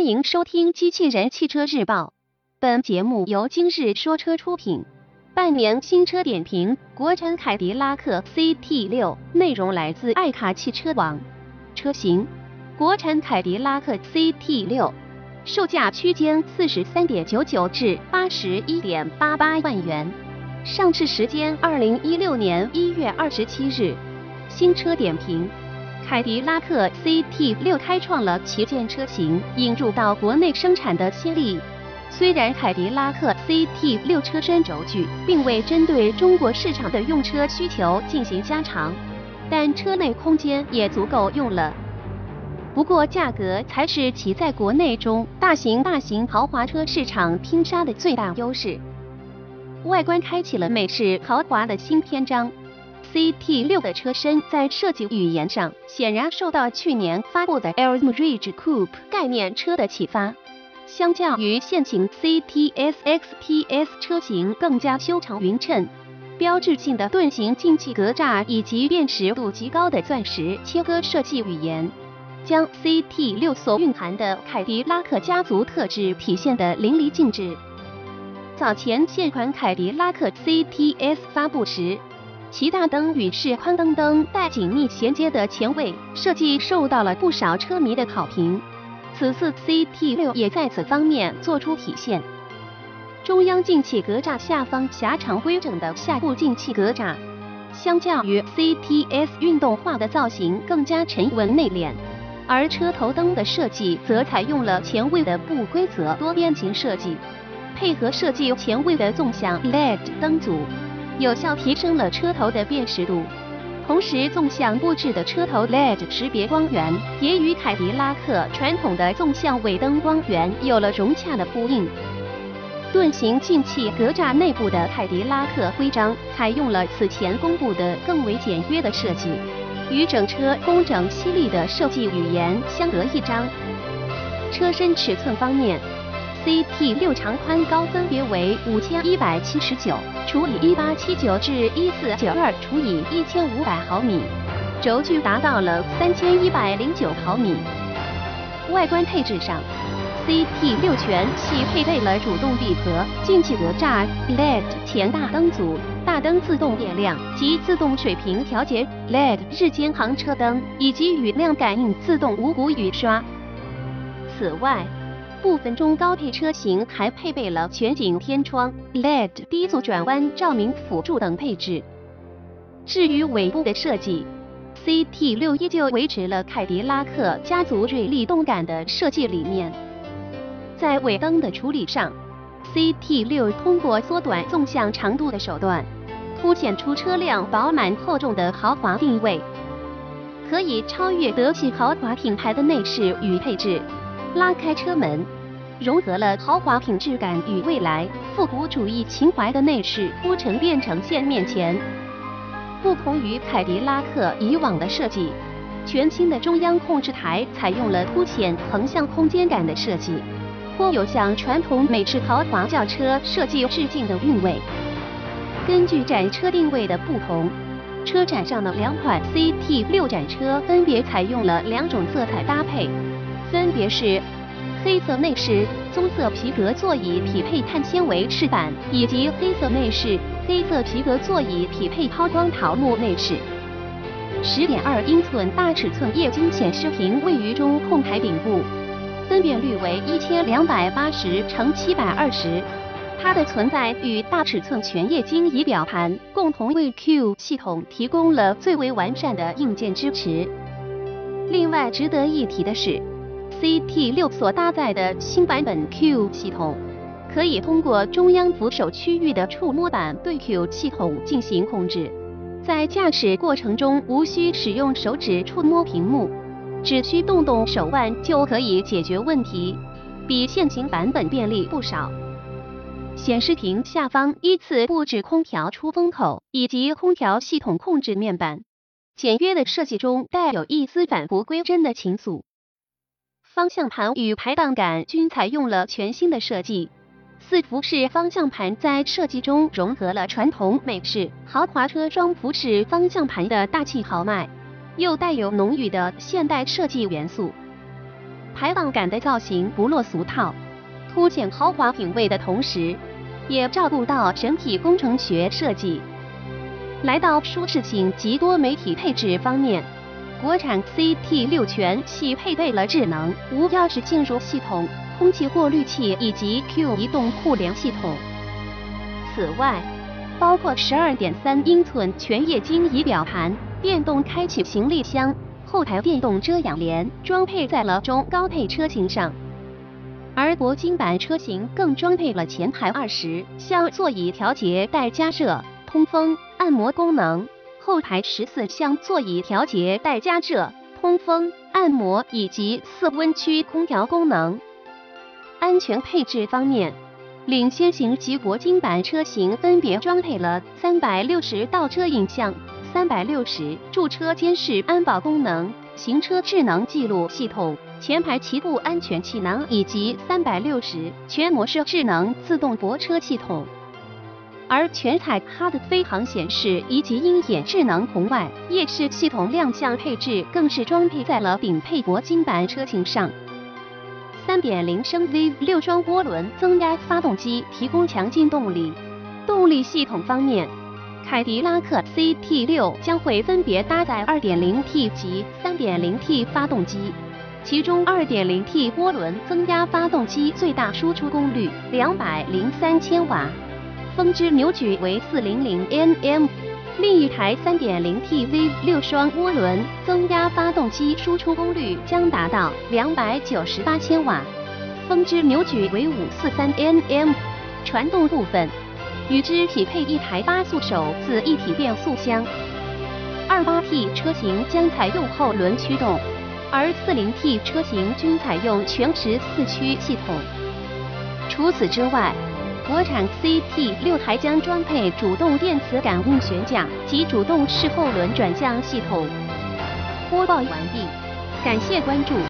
迎收听机器人汽车日报，本节目由今日说车出品。半年新车点评，国产凯迪拉克 CT6， 内容来自爱卡汽车网。车型：国产凯迪拉克 CT6， 售价区间 43.99 至 81.88 万元，上市时间2016年1月27日。新车点评：凯迪拉克 CT6 开创了旗舰车型引入到国内生产的先例。虽然凯迪拉克 CT6 车身轴距并未针对中国市场的用车需求进行加长，但车内空间也足够用了。不过价格才是其在国内中大型豪华车市场拼杀的最大优势。外观开启了美式豪华的新篇章。CT6 的车身在设计语言上显然受到去年发布的 L-Ridge Coupe 概念车的启发。相较于现行 CTS、XTS 车型更加修长匀称，标志性的盾形进气格栅以及辨识度极高的钻石切割设计语言，将 CT6 所蕴含的凯迪拉克家族特质体现得淋漓尽致。早前现款凯迪拉克 CTS 发布时，其大灯与示宽灯带紧密衔接的前卫设计受到了不少车迷的好评。此次 CT6 也在此方面做出体现。中央进气格栅下方狭长规整的下部进气格栅，相较于 CTS 运动化的造型更加沉稳内敛，而车头灯的设计则采用了前卫的不规则多边形设计，配合设计前卫的纵向 LED 灯组，有效提升了车头的辨识度。同时，纵向布置的车头 LED 识别光源也与凯迪拉克传统的纵向尾灯光源有了融洽的呼应。盾形进气格栅内部的凯迪拉克徽章采用了此前公布的更为简约的设计，与整车工整犀利的设计语言相得益彰。车身尺寸方面，CT6 长宽高分别为5179除以1879至1492除以1500毫米，轴距达到了3109毫米。外观配置上，CT6 全系配备了主动闭合进气格栅、LED 前大灯组、大灯自动变亮及自动水平调节、LED 日间行车灯以及雨量感应自动无骨雨刷。此外，部分中高配车型还配备了全景天窗、LED 低速转弯照明辅助等配置。至于尾部的设计， CT6 依旧维持了凯迪拉克家族锐利动感的设计理念。在尾灯的处理上， CT6 通过缩短纵向长度的手段，凸显出车辆饱满厚重的豪华定位，可以超越德系豪华品牌的内饰与配置。拉开车门，融合了豪华品质感与未来复古主义情怀的内饰铺陈便呈现面前。不同于凯迪拉克以往的设计，全新的中央控制台采用了凸显横向空间感的设计，颇有向传统美式豪华轿车设计致敬的韵味。根据展车定位的不同，车展上的两款 CT6 展车分别采用了两种色彩搭配，分别是黑色内饰、棕色皮革座椅匹配碳纤维饰板，以及黑色内饰、黑色皮革座椅匹配抛光桃木内饰。10.2英寸大尺寸液晶显示屏位于中控台顶部，分辨率为1280×720。它的存在与大尺寸全液晶仪表盘共同为 Q 系统提供了最为完善的硬件支持。另外值得一提的是， CT6 所搭载的新版本 Q 系统，可以通过中央扶手区域的触摸板对 Q 系统进行控制，在驾驶过程中无需使用手指触摸屏幕，只需动动手腕就可以解决问题，比现行版本便利不少。显示屏下方依次布置空调出风口以及空调系统控制面板，简约的设计中带有一丝返璞归真的情愫。方向盘与排档杆均采用了全新的设计，四辐式方向盘在设计中融合了传统美式豪华车双辐式方向盘的大气豪迈，又带有浓郁的现代设计元素。 排放感的造型不落俗套，凸显豪华品味的同时，也照顾到整体工程学设计。来到舒适性及多媒体配置方面，国产 CT6 全系配备了智能无钥匙进入系统、空气过滤器以及 Q 移动互联系统。此外，包括12.3英寸全液晶仪表盘、电动开启行李箱、后排电动遮阳帘装配在了中高配车型上，而铂金版车型更装配了前排20项座椅调节带加热、通风、按摩功能，后排14项座椅调节带加热、通风、按摩以及4温区空调功能。安全配置方面，领先型及铂金版车型分别装配了360倒车影像、360驻车监视安保功能、行车智能记录系统、前排齐步安全气囊以及360全模式智能自动泊车系统。而全彩 HUD 飞行显示以及鹰眼智能红外夜视系统亮相配置更是装配在了顶配铂金版车型上。3.0升 V6 双涡轮增压发动机提供强劲动力。动力系统方面，凯迪拉克 CT6 将会分别搭载 2.0T 及 3.0T 发动机，其中 2.0T 涡轮增压发动机最大输出功率203千瓦，峰值扭矩为400 Nm。另一台 3.0T V6 双涡轮增压发动机输出功率将达到298千瓦，峰值扭矩为543 Nm。传动部分，与之匹配一台8速手自一体变速箱。28T 车型将采用后轮驱动，而40T 车型均采用全时4驱系统。除此之外，国产 CT6 还将装配主动电磁感应悬架及主动式后轮转向系统。播报完毕，感谢关注。